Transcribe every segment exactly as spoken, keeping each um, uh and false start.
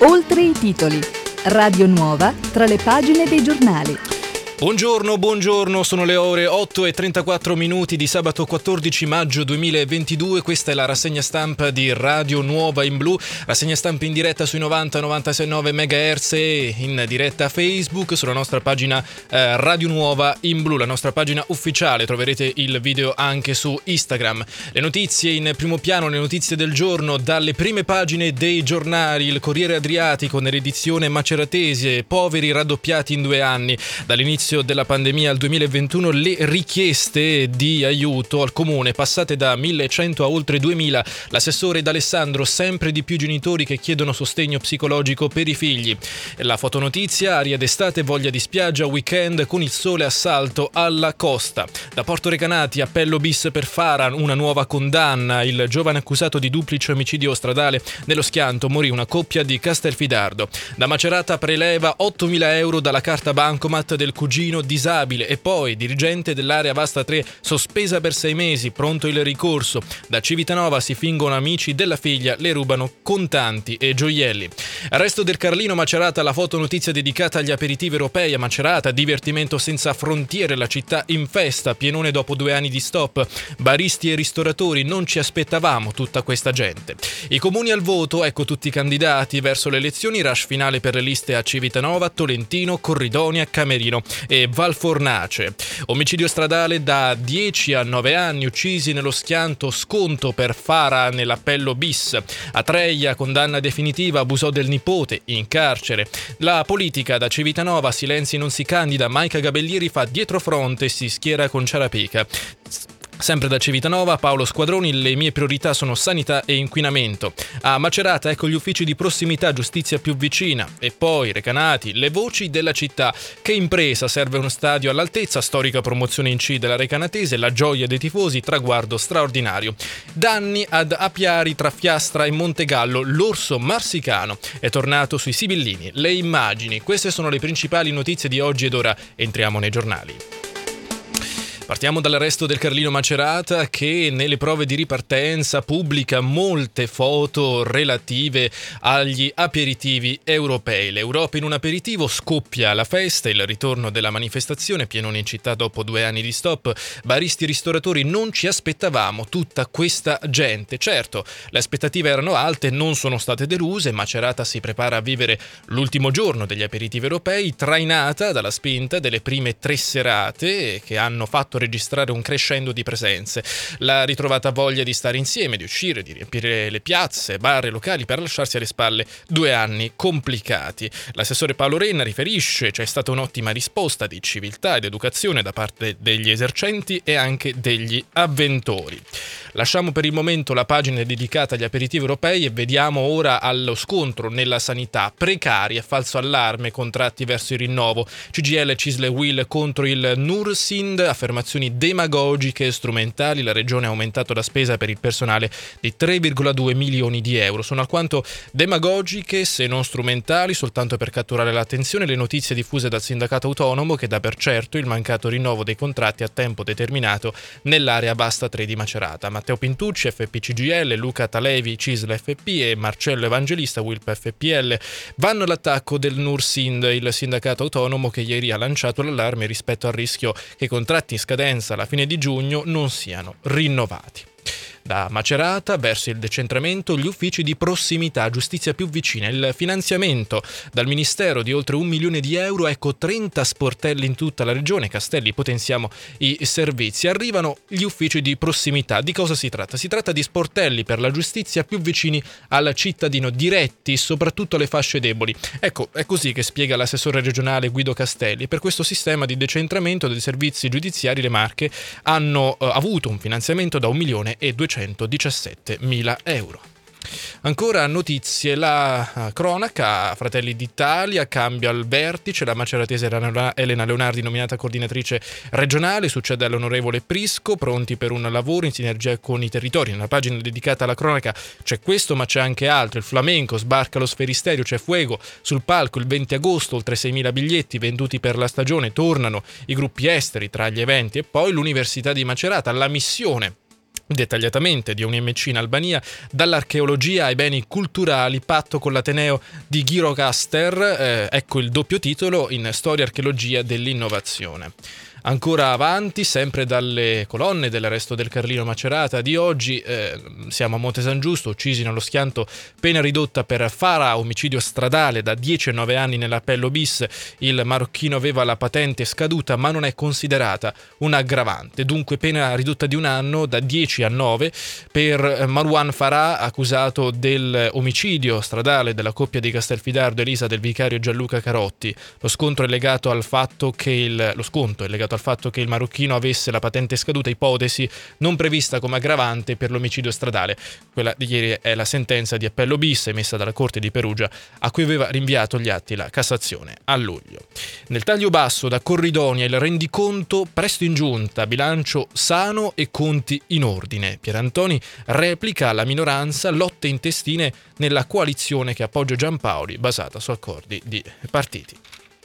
Oltre i titoli. Radio Nuova tra le pagine dei giornali. Buongiorno, buongiorno, sono le ore otto e trentaquattro minuti di sabato quattordici maggio duemilaventidue, questa è la rassegna stampa di Radio Nuova in Blu, rassegna stampa in diretta sui novanta novantasei virgola nove megahertz e in diretta Facebook sulla nostra pagina eh, Radio Nuova in Blu, la nostra pagina ufficiale, troverete il video anche su Instagram. Le notizie in primo piano, le notizie del giorno dalle prime pagine dei giornali, il Corriere Adriatico nell'edizione maceratese, poveri raddoppiati in due anni, dall'inizio della pandemia al duemilaventuno le richieste di aiuto al comune passate da millecento a oltre duemila. L'assessore D'Alessandro, sempre di più genitori che chiedono sostegno psicologico per i figli. La fotonotizia, aria d'estate, voglia di spiaggia, weekend con il sole, assalto alla costa. Da Porto Recanati, appello bis per Fara, una nuova condanna. Il giovane accusato di duplice omicidio stradale nello Schianto, morì una coppia di Castelfidardo. Da Macerata preleva ottomila euro dalla carta bancomat del cugino disabile e poi dirigente dell'area Vasta tre sospesa per sei mesi, pronto il ricorso. Da Civitanova si fingono amici della figlia, le rubano contanti e gioielli. Arresto del Carlino, Macerata, la fotonotizia dedicata agli aperitivi europei a Macerata, divertimento senza frontiere, la città in festa, pienone dopo due anni di stop, baristi e ristoratori, non ci aspettavamo tutta questa gente. I comuni al voto, ecco tutti i candidati verso le elezioni, rush finale per le liste a Civitanova, Tolentino, Corridonia, Camerino e Valfornace. Omicidio stradale da dieci a nove anni, uccisi nello Schianto, sconto per Fara nell'appello bis. A Treia, condanna definitiva, abusò del nipote, in carcere. La politica, da Civitanova, Silenzi non si candida, Maica Gabellieri fa dietrofront e si schiera con Ciarapica. Sempre da Civitanova, Paolo Squadroni, le mie priorità sono sanità e inquinamento. A Macerata, ecco gli uffici di prossimità, giustizia più vicina. E poi, Recanati, le voci della città. Che impresa, serve uno stadio all'altezza, storica promozione in C della Recanatese, la gioia dei tifosi, traguardo straordinario. Danni ad Apiari tra Fiastra e Montegallo, l'orso marsicano è tornato sui Sibillini. Le immagini, queste sono le principali notizie di oggi ed ora entriamo nei giornali. Partiamo dall'arresto del Carlino Macerata che nelle prove di ripartenza pubblica molte foto relative agli aperitivi europei. L'Europa in un aperitivo, scoppia la festa, il ritorno della manifestazione, pienone in città dopo due anni di stop, baristi e ristoratori, non ci aspettavamo tutta questa gente. Certo, le aspettative erano alte, non sono state deluse, Macerata si prepara a vivere l'ultimo giorno degli aperitivi europei, trainata dalla spinta delle prime tre serate che hanno fatto registrare un crescendo di presenze, la ritrovata voglia di stare insieme, di uscire, di riempire le piazze, bar e locali per lasciarsi alle spalle due anni complicati. L'assessore Paolo Renna riferisce: c'è stata un'ottima risposta di civiltà ed educazione da parte degli esercenti e anche degli avventori. Lasciamo per il momento la pagina dedicata agli aperitivi europei e vediamo ora allo scontro nella sanità. Precari e falso allarme, contratti verso il rinnovo. C G I L, Cisle e U I L contro il Nursind, affermazioni demagogiche e strumentali. La regione ha aumentato la spesa per il personale di tre virgola due milioni di euro. Sono alquanto demagogiche, se non strumentali, soltanto per catturare l'attenzione le notizie diffuse dal sindacato autonomo che dà per certo il mancato rinnovo dei contratti a tempo determinato nell'area Vasta tre di Macerata. Matteo Pintucci, F P C G I L, Luca Talevi, Cisle F P e Marcello Evangelista, W I L P F P L, vanno all'attacco del Nursind, il sindacato autonomo che ieri ha lanciato l'allarme rispetto al rischio che i contratti in scadenza alla fine di giugno non siano rinnovati. Da Macerata verso il decentramento, gli uffici di prossimità, giustizia più vicina, il finanziamento dal Ministero di oltre un milione di euro, ecco trenta sportelli in tutta la regione, Castelli, potenziamo i servizi. Arrivano gli uffici di prossimità. Di cosa si tratta? Si tratta di sportelli per la giustizia più vicini al cittadino, diretti soprattutto alle fasce deboli. Ecco, è così che spiega l'assessore regionale Guido Castelli. Per questo sistema di decentramento dei servizi giudiziari le Marche hanno eh, avuto un finanziamento da un milione e duecentodiciassettemila euro. Ancora notizie, la cronaca, Fratelli d'Italia cambia il vertice, la maceratese Elena Leonardi nominata coordinatrice regionale, succede all'onorevole Prisco, pronti per un lavoro in sinergia con i territori. Nella pagina dedicata alla cronaca c'è questo ma c'è anche altro, il flamenco sbarca allo Sferisterio, c'è Fuego sul palco il venti agosto, oltre seimila biglietti venduti per la stagione, tornano i gruppi esteri tra gli eventi e poi l'Università di Macerata, la missione dettagliatamente di U M C in Albania, dall'archeologia ai beni culturali, patto con l'Ateneo di Gjirokastër, eh, ecco il doppio titolo in storia e archeologia dell'innovazione. Ancora avanti, sempre dalle colonne dell'arresto del Carlino Macerata di oggi, eh, siamo a Monte San Giusto, uccisi nello schianto, pena ridotta per Farah, omicidio stradale da dieci a nove anni nell'appello bis. Il marocchino aveva la patente scaduta ma non è considerata un aggravante, dunque pena ridotta di un anno da dieci a nove per Marwan Farah, accusato dell'omicidio stradale della coppia di Castelfidardo Elisa del vicario Gianluca Carotti. Lo scontro è legato al fatto che il, lo sconto è legato al fatto che il marocchino avesse la patente scaduta, ipotesi non prevista come aggravante per l'omicidio stradale. Quella di ieri è la sentenza di appello bis emessa dalla Corte di Perugia, a cui aveva rinviato gli atti la Cassazione a luglio. Nel taglio basso da Corridonia il rendiconto presto in giunta, bilancio sano e conti in ordine. Pierantoni replica alla minoranza lotte intestine nella coalizione che appoggia Giampaoli basata su accordi di partiti.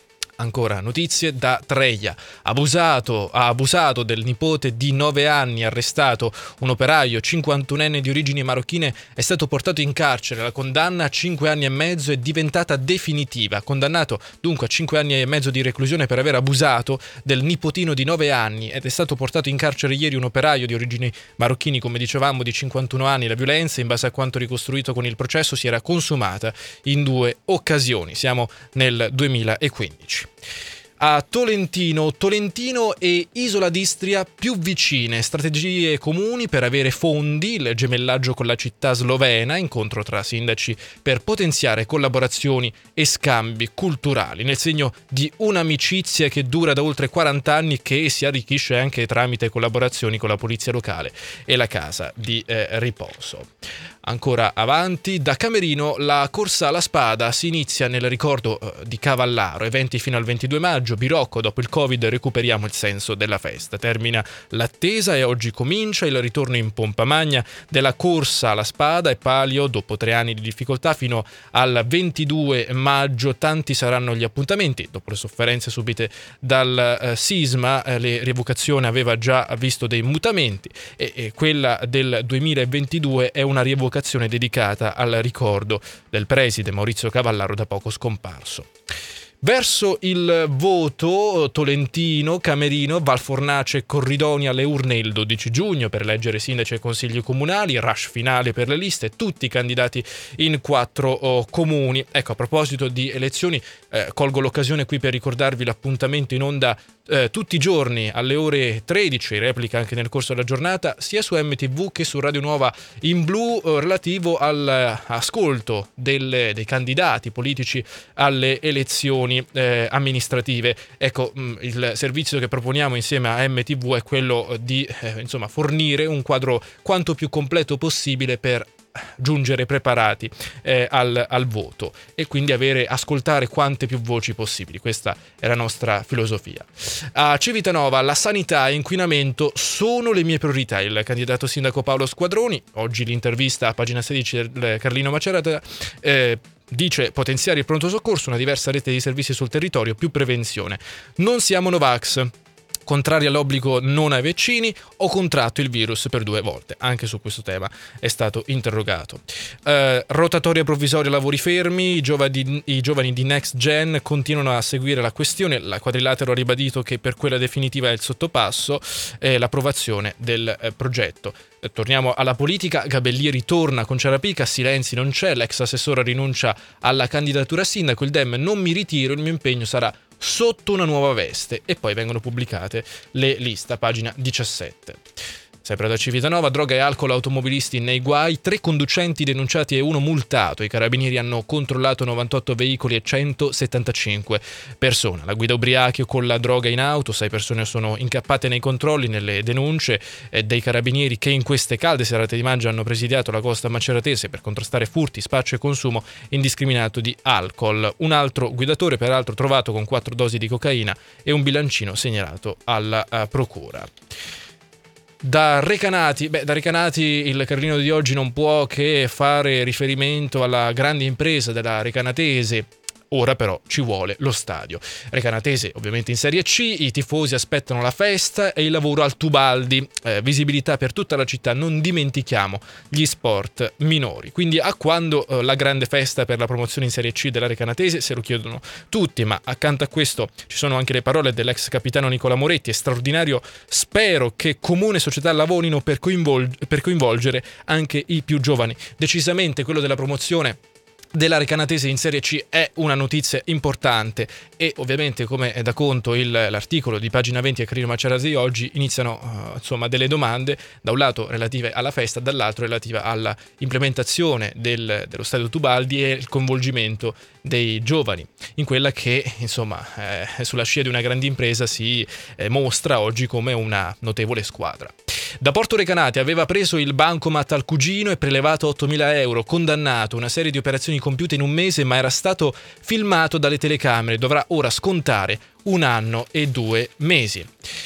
Ancora notizie da Treia. Abusato, ha abusato del nipote di nove anni, arrestato un operaio cinquantunenne di origini marocchine, è stato portato in carcere. La condanna a cinque anni e mezzo è diventata definitiva. Condannato dunque a cinque anni e mezzo di reclusione per aver abusato del nipotino di nove anni ed è stato portato in carcere ieri un operaio di origini marocchini, come dicevamo, di cinquantuno anni. La violenza, in base a quanto ricostruito con il processo, si era consumata in due occasioni. Siamo nel duemilaquindici. A Tolentino, Tolentino e Isola d'Istria più vicine, strategie comuni per avere fondi, il gemellaggio con la città slovena, incontro tra sindaci per potenziare collaborazioni e scambi culturali, nel segno di un'amicizia che dura da oltre quaranta anni, che si arricchisce anche tramite collaborazioni con la polizia locale e la casa di eh, riposo. Ancora avanti, da Camerino la corsa alla spada si inizia nel ricordo eh, di Cavallaro, eventi fino al ventidue maggio, Birocco, dopo il Covid recuperiamo il senso della festa, termina l'attesa e oggi comincia il ritorno in pompa magna della corsa alla spada e palio. Dopo tre anni di difficoltà fino al ventidue maggio tanti saranno gli appuntamenti. Dopo le sofferenze subite dal eh, sisma, eh, la rievocazione aveva già visto dei mutamenti e, e quella del duemilaventidue è una rievocazione dedicata al ricordo del preside Maurizio Cavallaro, da poco scomparso. Verso il voto, Tolentino, Camerino, Valfornace, Corridonia, alle urne il dodici giugno per eleggere sindaci e consigli comunali, rush finale per le liste, tutti i candidati in quattro oh, comuni. Ecco, a proposito di elezioni, eh, colgo l'occasione qui per ricordarvi l'appuntamento in onda eh, tutti i giorni alle ore tredici, replica anche nel corso della giornata, sia su M T V che su Radio Nuova in blu, eh, relativo all'ascolto delle, dei candidati politici alle elezioni Eh, amministrative. Ecco, mh, il servizio che proponiamo insieme a M T V è quello di eh, insomma fornire un quadro quanto più completo possibile per giungere preparati eh, al, al voto e quindi avere ascoltare quante più voci possibili. Questa è la nostra filosofia. A Civitanova la sanità e inquinamento sono le mie priorità. Il candidato sindaco Paolo Squadroni, oggi l'intervista a pagina sedici del Carlino Macerata, eh, dice potenziare il pronto soccorso, una diversa rete di servizi sul territorio, più prevenzione. Non siamo Novax, contrari all'obbligo non ai vaccini, ho contratto il virus per due volte. Anche su questo tema è stato interrogato. Eh, rotatoria provvisoria lavori fermi, i giovani, i giovani di Next Gen continuano a seguire la questione, la Quadrilatero ha ribadito che per quella definitiva è il sottopasso e l'approvazione del eh, progetto. Eh, torniamo alla politica, Gabellieri torna con Ciarapica, Silenzi non c'è, l'ex assessore rinuncia alla candidatura a sindaco, il Dem non mi ritiro, il mio impegno sarà sotto una nuova veste, e poi vengono pubblicate le liste, pagina diciassette. Sempre da Civitanova, droga e alcol, automobilisti nei guai, tre conducenti denunciati e uno multato. I carabinieri hanno controllato novantotto veicoli e centosettantacinque persone. La guida ubriachi o con la droga in auto, sei persone sono incappate nei controlli, nelle denunce eh, dei carabinieri che in queste calde serate di maggio hanno presidiato la costa maceratese per contrastare furti, spaccio e consumo indiscriminato di alcol. Un altro guidatore, peraltro, trovato con quattro dosi di cocaina e un bilancino segnalato alla uh, procura. Da Recanati, beh, da Recanati il Carlino di oggi non può che fare riferimento alla grande impresa della Recanatese ora però ci vuole lo stadio. Recanatese ovviamente in Serie C, i tifosi aspettano la festa e il lavoro al Tubaldi, eh, visibilità per tutta la città, non dimentichiamo gli sport minori. Quindi a quando eh, la grande festa per la promozione in Serie C della Recanatese? Se lo chiedono tutti, ma accanto a questo ci sono anche le parole dell'ex capitano Nicola Moretti: è straordinario, spero che comune e società lavorino per, coinvolg- per coinvolgere anche i più giovani. Decisamente quello della promozione della Recanatese in Serie C è una notizia importante e ovviamente, come è da conto il, l'articolo di pagina venti a Carino Macerasi oggi, iniziano uh, insomma delle domande, da un lato relative alla festa, dall'altro relative alla implementazione del, dello stadio Tubaldi e il coinvolgimento dei giovani in quella che insomma eh, sulla scia di una grande impresa si eh, mostra oggi come una notevole squadra. Da Porto Recanati aveva preso il bancomat al cugino e prelevato ottomila euro, condannato, una serie di operazioni compiute in un mese, ma era stato filmato dalle telecamere, dovrà ora scontare un anno e due mesi.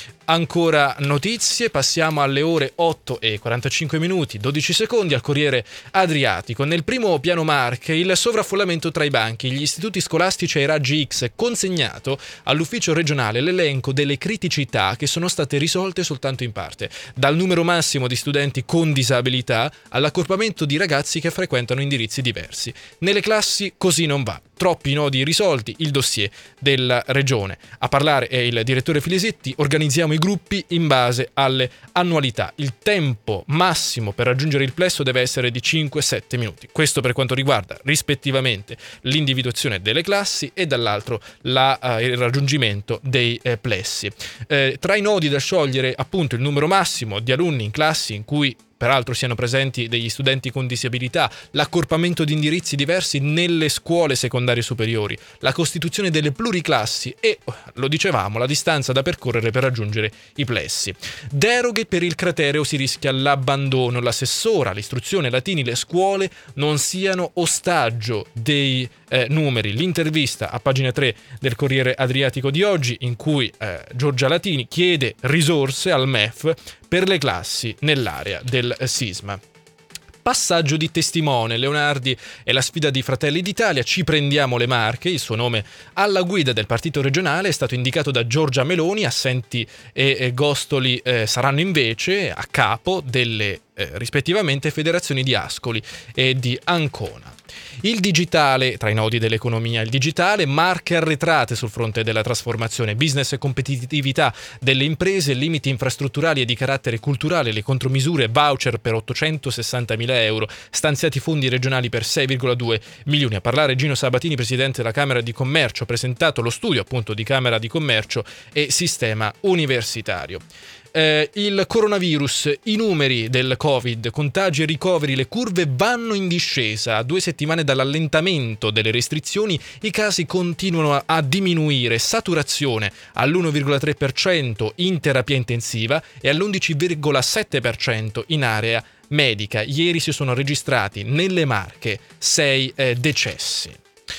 Ancora notizie, passiamo alle ore otto e quarantacinque minuti, dodici secondi, al Corriere Adriatico. Nel primo piano Marche il sovraffollamento tra i banchi, gli istituti scolastici e i raggi X, consegnato all'ufficio regionale l'elenco delle criticità che sono state risolte soltanto in parte, dal numero massimo di studenti con disabilità all'accorpamento di ragazzi che frequentano indirizzi diversi. Nelle classi così non va. Troppi nodi irrisolti, il dossier della regione. A parlare è il direttore Filisetti: organizziamo i gruppi in base alle annualità. Il tempo massimo per raggiungere il plesso deve essere di cinque sette minuti. Questo per quanto riguarda rispettivamente l'individuazione delle classi e dall'altro la, uh, il raggiungimento dei eh, plessi. Eh, tra i nodi da sciogliere appunto il numero massimo di alunni in classi in cui peraltro siano presenti degli studenti con disabilità, l'accorpamento di indirizzi diversi nelle scuole secondarie superiori, la costituzione delle pluriclassi e, lo dicevamo, la distanza da percorrere per raggiungere i plessi. Deroghe per il cratereo, si rischia l'abbandono. L'assessora all'istruzione Latini: le scuole non siano ostaggio dei eh, numeri. L'intervista a pagina tre del Corriere Adriatico di oggi, in cui eh, Giorgia Latini chiede risorse al M E F per le classi nell'area del sisma. Passaggio di testimone, Leonardi e la sfida di Fratelli d'Italia, ci prendiamo le Marche, il suo nome alla guida del partito regionale è stato indicato da Giorgia Meloni, Assenti e, e Gostoli eh, saranno invece a capo delle eh, rispettivamente federazioni di Ascoli e di Ancona. Il digitale, tra i nodi dell'economia, il digitale, Marche arretrate sul fronte della trasformazione, business e competitività delle imprese, limiti infrastrutturali e di carattere culturale, le contromisure, voucher per ottocentosessantamila euro, stanziati fondi regionali per sei virgola due milioni. A parlare Gino Sabatini, presidente della Camera di Commercio, ha presentato lo studio appunto di Camera di Commercio e Sistema Universitario. Eh, il coronavirus, i numeri del Covid, contagi e ricoveri, le curve vanno in discesa. A due settimane dall'allentamento delle restrizioni i casi continuano a, a diminuire, saturazione all'uno virgola tre per cento in terapia intensiva e all'undici virgola sette per cento in area medica. Ieri si sono registrati nelle Marche sei eh, decessi.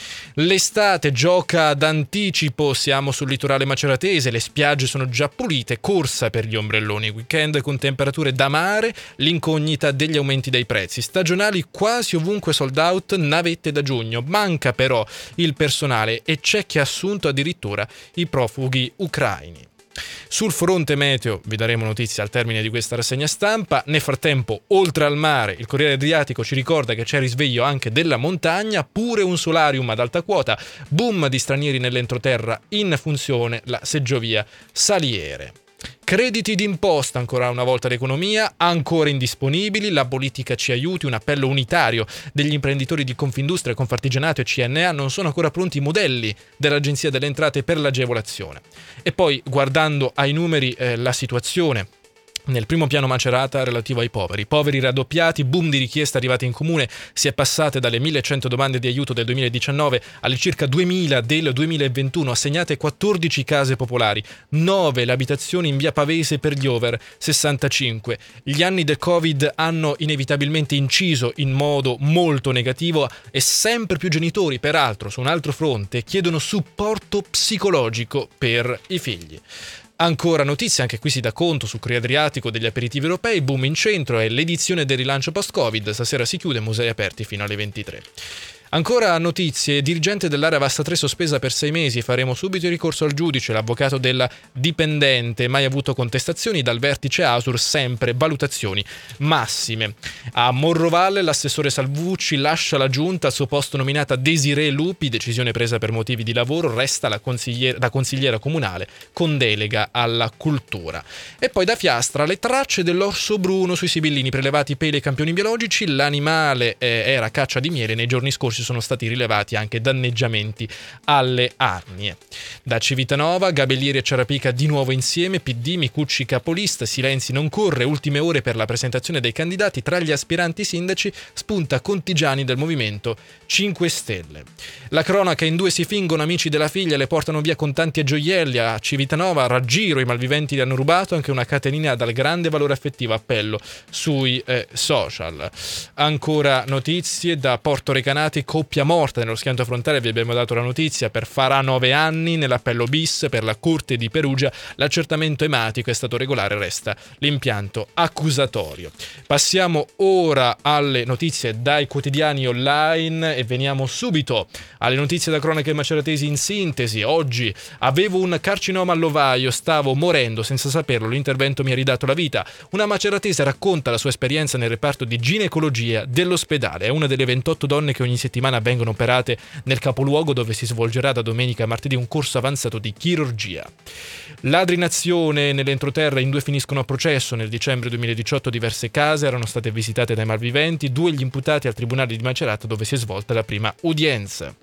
L'estate gioca d'anticipo, siamo sul litorale maceratese, le spiagge sono già pulite, corsa per gli ombrelloni, weekend con temperature da mare, l'incognita degli aumenti dei prezzi, stagionali quasi ovunque sold out, navette da giugno, manca però il personale e c'è chi ha assunto addirittura i profughi ucraini. Sul fronte meteo vi daremo notizie al termine di questa rassegna stampa. Nel frattempo, oltre al mare, il Corriere Adriatico ci ricorda che c'è risveglio anche della montagna, pure un solarium ad alta quota, boom di stranieri nell'entroterra, in funzione la seggiovia Saliere. Crediti d'imposta, ancora una volta l'economia, ancora indisponibili, la politica ci aiuti, un appello unitario degli imprenditori di Confindustria, Confartigianato e C N A, non sono ancora pronti i modelli dell'Agenzia delle Entrate per l'agevolazione. E poi, guardando ai numeri, eh, la situazione nel primo piano Macerata relativo ai poveri. Poveri raddoppiati, boom di richieste arrivate in comune, si è passate dalle millecento domande di aiuto del duemiladiciannove alle circa duemila del duemilaventuno, assegnate quattordici case popolari, nove le abitazioni in via Pavese per gli over sessantacinque. Gli anni del Covid hanno inevitabilmente inciso in modo molto negativo e sempre più genitori, peraltro, su un altro fronte, chiedono supporto psicologico per i figli. Ancora notizie, anche qui si dà conto su Corriere Adriatico degli aperitivi europei, boom in centro, è l'edizione del rilancio post-Covid, stasera si chiude, musei aperti fino alle ventitré. Ancora notizie, dirigente dell'area Vasta tre sospesa per sei mesi, faremo subito il ricorso al giudice, l'avvocato della dipendente, mai avuto contestazioni, dal vertice Asur sempre valutazioni massime. A Morrovalle l'assessore Salvucci lascia la giunta, al suo posto nominata Desiree Lupi, decisione presa per motivi di lavoro, resta la consigliera, la consigliera comunale con delega alla cultura. E poi da Fiastra le tracce dell'orso bruno sui sibillini, prelevati peli e campioni biologici, l'animale eh, era a caccia di miele, nei giorni scorsi sono stati rilevati anche danneggiamenti alle arnie. Da Civitanova, Gabellieri e Ciarapica di nuovo insieme, P D, Micucci capolista, Silenzi non corre, ultime ore per la presentazione dei candidati, tra gli aspiranti sindaci spunta Contigiani del Movimento cinque Stelle. La cronaca, in due si fingono amici della figlia, le portano via contanti e gioielli. A Civitanova, raggiro, i malviventi gli hanno rubato anche una catenina dal grande valore affettivo, appello sui eh, social. Ancora notizie da Porto Recanati, coppia morta nello schianto frontale, vi abbiamo dato la notizia, per Farà nove anni, nell'appello bis per la Corte di Perugia l'accertamento ematico è stato regolare, resta l'impianto accusatorio. Passiamo ora alle notizie dai quotidiani online e veniamo subito alle notizie da cronache maceratesi in sintesi. Oggi avevo un carcinoma all'ovaio, stavo morendo senza saperlo, l'intervento mi ha ridato la vita. Una maceratese racconta la sua esperienza nel reparto di ginecologia dell'ospedale. È una delle ventotto donne che ogni settimana vengono operate nel capoluogo, dove si svolgerà da domenica a martedì un corso avanzato di chirurgia. Ladri in azione nell'entroterra, in due finiscono a processo. Nel dicembre duemiladiciotto diverse case erano state visitate dai malviventi, due gli imputati al tribunale di Macerata, dove si è svolta la prima udienza.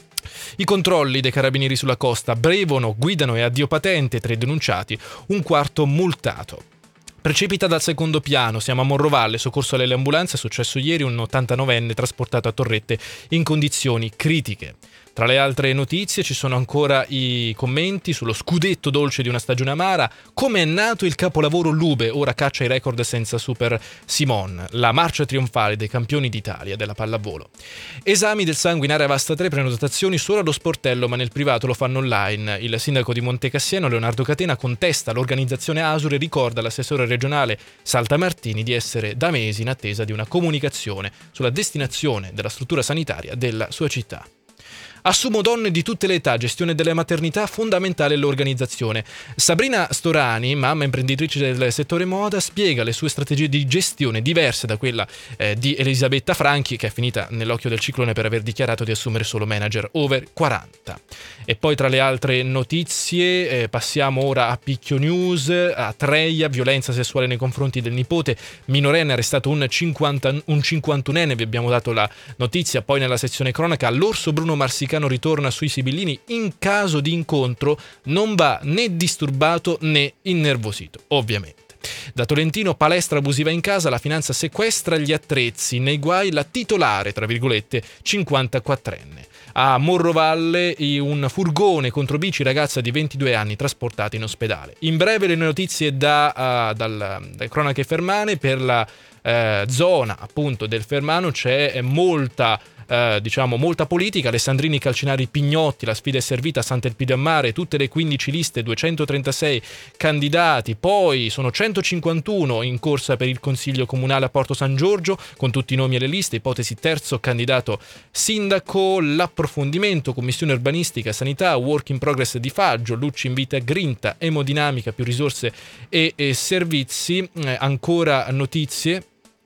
I controlli dei carabinieri sulla costa, Brevono, guidano e addio patente, tre denunciati, un quarto multato. Precipita dal secondo piano, siamo a Morrovalle, soccorso alle ambulanze, è successo ieri, un ottantanovenne trasportato a Torrette in condizioni critiche. Tra le altre notizie ci sono ancora i commenti sullo scudetto dolce di una stagione amara, come è nato il capolavoro Lube, ora caccia i record senza Super Simon, la marcia trionfale dei campioni d'Italia della pallavolo. Esami del sangue in area Vasta tre, prenotazioni solo allo sportello, ma nel privato lo fanno online. Il sindaco di Montecassiano, Leonardo Catena, contesta l'organizzazione Asur e ricorda all'assessore regionale Saltamartini di essere da mesi in attesa di una comunicazione sulla destinazione della struttura sanitaria della sua città. Assumo donne di tutte le età, gestione delle maternità, fondamentale l'organizzazione. Sabrina Storani, mamma imprenditrice del settore moda, spiega le sue strategie di gestione diverse da quella eh, di Elisabetta Franchi, che è finita nell'occhio del ciclone per aver dichiarato di assumere solo manager over quaranta. E poi tra le altre notizie eh, passiamo ora a Picchio News, a Treia, violenza sessuale nei confronti del nipote, minorenne arrestato un, cinquanta, un cinquantunenne, vi abbiamo dato la notizia. Poi nella sezione cronaca, l'orso Bruno Marsicano ritorna sui sibillini, in caso di incontro non va né disturbato né innervosito, ovviamente. Da Tolentino, palestra abusiva in casa, la finanza sequestra gli attrezzi, nei guai la titolare, tra virgolette, cinquantaquattrenne. A Morrovalle, un furgone contro bici, ragazza di ventidue anni trasportata in ospedale. In breve le notizie da, uh, dal, dalle cronache fermane. Per la uh, zona appunto del Fermano c'è molta Eh, diciamo molta politica. Alessandrini, Calcinari, Pignotti, la sfida è servita a Sant'Elpidio a Mare, tutte le quindici liste, duecentotrentasei candidati, poi sono centocinquantuno in corsa per il consiglio comunale a Porto San Giorgio, con tutti i nomi alle liste, ipotesi terzo candidato sindaco. L'approfondimento, commissione urbanistica, sanità, work in progress di Faggio, Lucci invita Grinta, emodinamica, più risorse e, e servizi. Eh, ancora notizie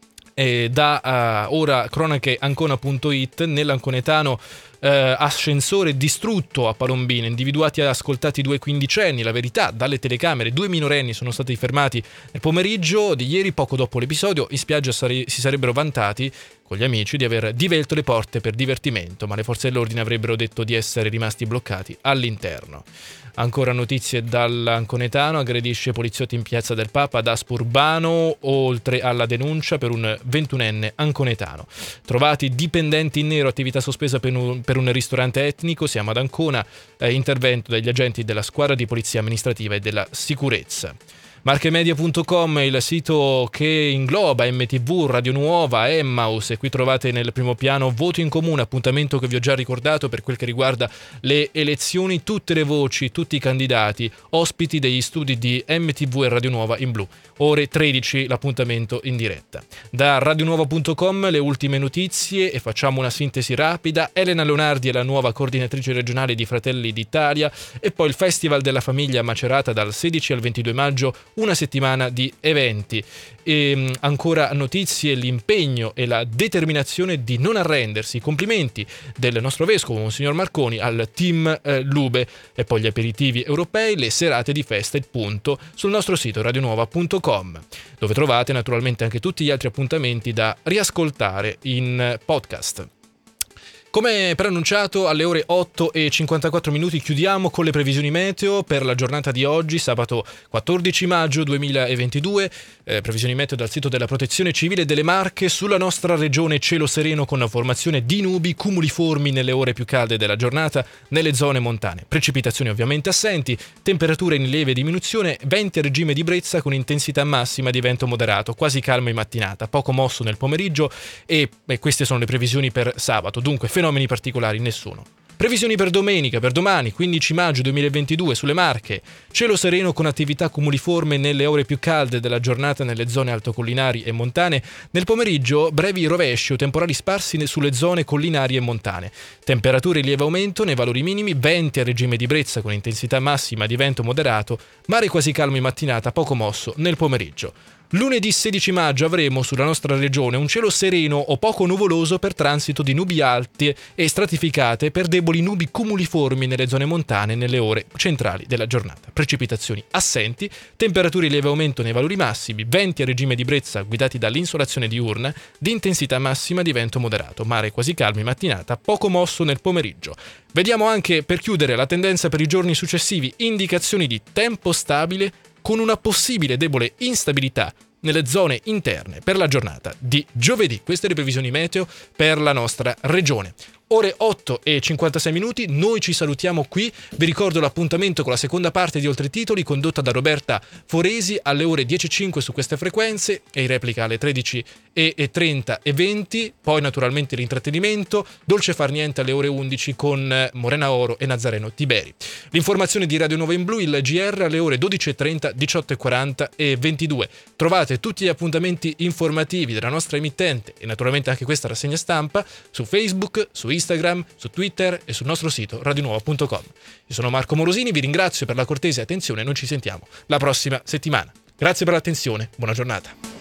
E da uh, ora cronache ancona punto it. Nell'anconetano uh, ascensore distrutto a Palombino, individuati e ascoltati due quindicenni. La verità, dalle telecamere due minorenni sono stati fermati nel pomeriggio di ieri, poco dopo l'episodio. In spiaggia sare- si sarebbero vantati con gli amici di aver divelto le porte per divertimento, ma le forze dell'ordine avrebbero detto di essere rimasti bloccati all'interno. Ancora notizie dall'Anconetano, aggredisce poliziotti in piazza del Papa ad Aspo Urbano, oltre alla denuncia per un ventunenne anconetano. Trovati dipendenti in nero, attività sospesa per un, per un ristorante etnico. Siamo ad Ancona, eh, intervento degli agenti della squadra di polizia amministrativa e della sicurezza. Marchemedia punto com è il sito che ingloba M T V, Radio Nuova, Emmaus, e qui trovate nel primo piano Voto in Comune, appuntamento che vi ho già ricordato per quel che riguarda le elezioni, tutte le voci, tutti i candidati, ospiti degli studi di M T V e Radio Nuova in blu. Ore tredici l'appuntamento in diretta. Da radionuova punto com le ultime notizie e facciamo una sintesi rapida. Elena Leonardi è la nuova coordinatrice regionale di Fratelli d'Italia, e poi il Festival della Famiglia a Macerata dal sedici al ventidue maggio, una settimana di eventi. E ancora notizie, l'impegno e la determinazione di non arrendersi. I complimenti del nostro vescovo, Monsignor Marconi, al team eh, Lube, e poi gli aperitivi europei, le serate di festa e punto sul nostro sito radionuova punto com, dove trovate naturalmente anche tutti gli altri appuntamenti da riascoltare in podcast. Come preannunciato, alle ore otto e cinquantaquattro minuti chiudiamo con le previsioni meteo per la giornata di oggi, sabato quattordici maggio duemilaventidue. Eh, previsioni meteo dal sito della Protezione Civile delle Marche. Sulla nostra regione cielo sereno con formazione di nubi cumuliformi nelle ore più calde della giornata nelle zone montane. Precipitazioni ovviamente assenti, temperature in lieve diminuzione, venti a regime di brezza con intensità massima di vento moderato, quasi calmo in mattinata, poco mosso nel pomeriggio, e, e queste sono le previsioni per sabato. Dunque fenomeni particolari nessuno. Previsioni per domenica, per domani, quindici maggio duemilaventidue, sulle Marche. Cielo sereno con attività cumuliforme nelle ore più calde della giornata nelle zone altocollinari e montane. Nel pomeriggio, brevi rovesci o temporali sparsi sulle zone collinari e montane. Temperature in lieve aumento nei valori minimi, venti a regime di brezza con intensità massima di vento moderato, mare quasi calmo in mattinata, poco mosso nel pomeriggio. Lunedì sedici maggio avremo sulla nostra regione un cielo sereno o poco nuvoloso per transito di nubi alte e stratificate per deboli nubi cumuliformi nelle zone montane nelle ore centrali della giornata. Precipitazioni assenti, temperature in lieve aumento nei valori massimi, venti a regime di brezza guidati dall'insolazione diurna, di intensità massima di vento moderato, mare quasi calmo in mattinata, poco mosso nel pomeriggio. Vediamo anche, per chiudere, la tendenza per i giorni successivi, indicazioni di tempo stabile con una possibile debole instabilità nelle zone interne per la giornata di giovedì. Queste le previsioni meteo per la nostra regione. Ore otto e cinquantasei minuti, noi ci salutiamo qui. Vi ricordo l'appuntamento con la seconda parte di Oltretitoli, condotta da Roberta Foresi alle ore dieci e cinque su queste frequenze, e in replica alle tredici e trenta e venti. Poi naturalmente l'intrattenimento, Dolce far niente alle ore undici con Morena Oro e Nazareno Tiberi. L'informazione di Radio Nuova in Blu, il G R alle ore dodici e trenta, diciotto e quaranta e ventidue. Trovate tutti gli appuntamenti informativi della nostra emittente e naturalmente anche questa rassegna stampa su Facebook, su Instagram, su Twitter e sul nostro sito radionuova punto com. Io sono Marco Morosini, vi ringrazio per la cortese attenzione e noi ci sentiamo la prossima settimana. Grazie per l'attenzione, buona giornata.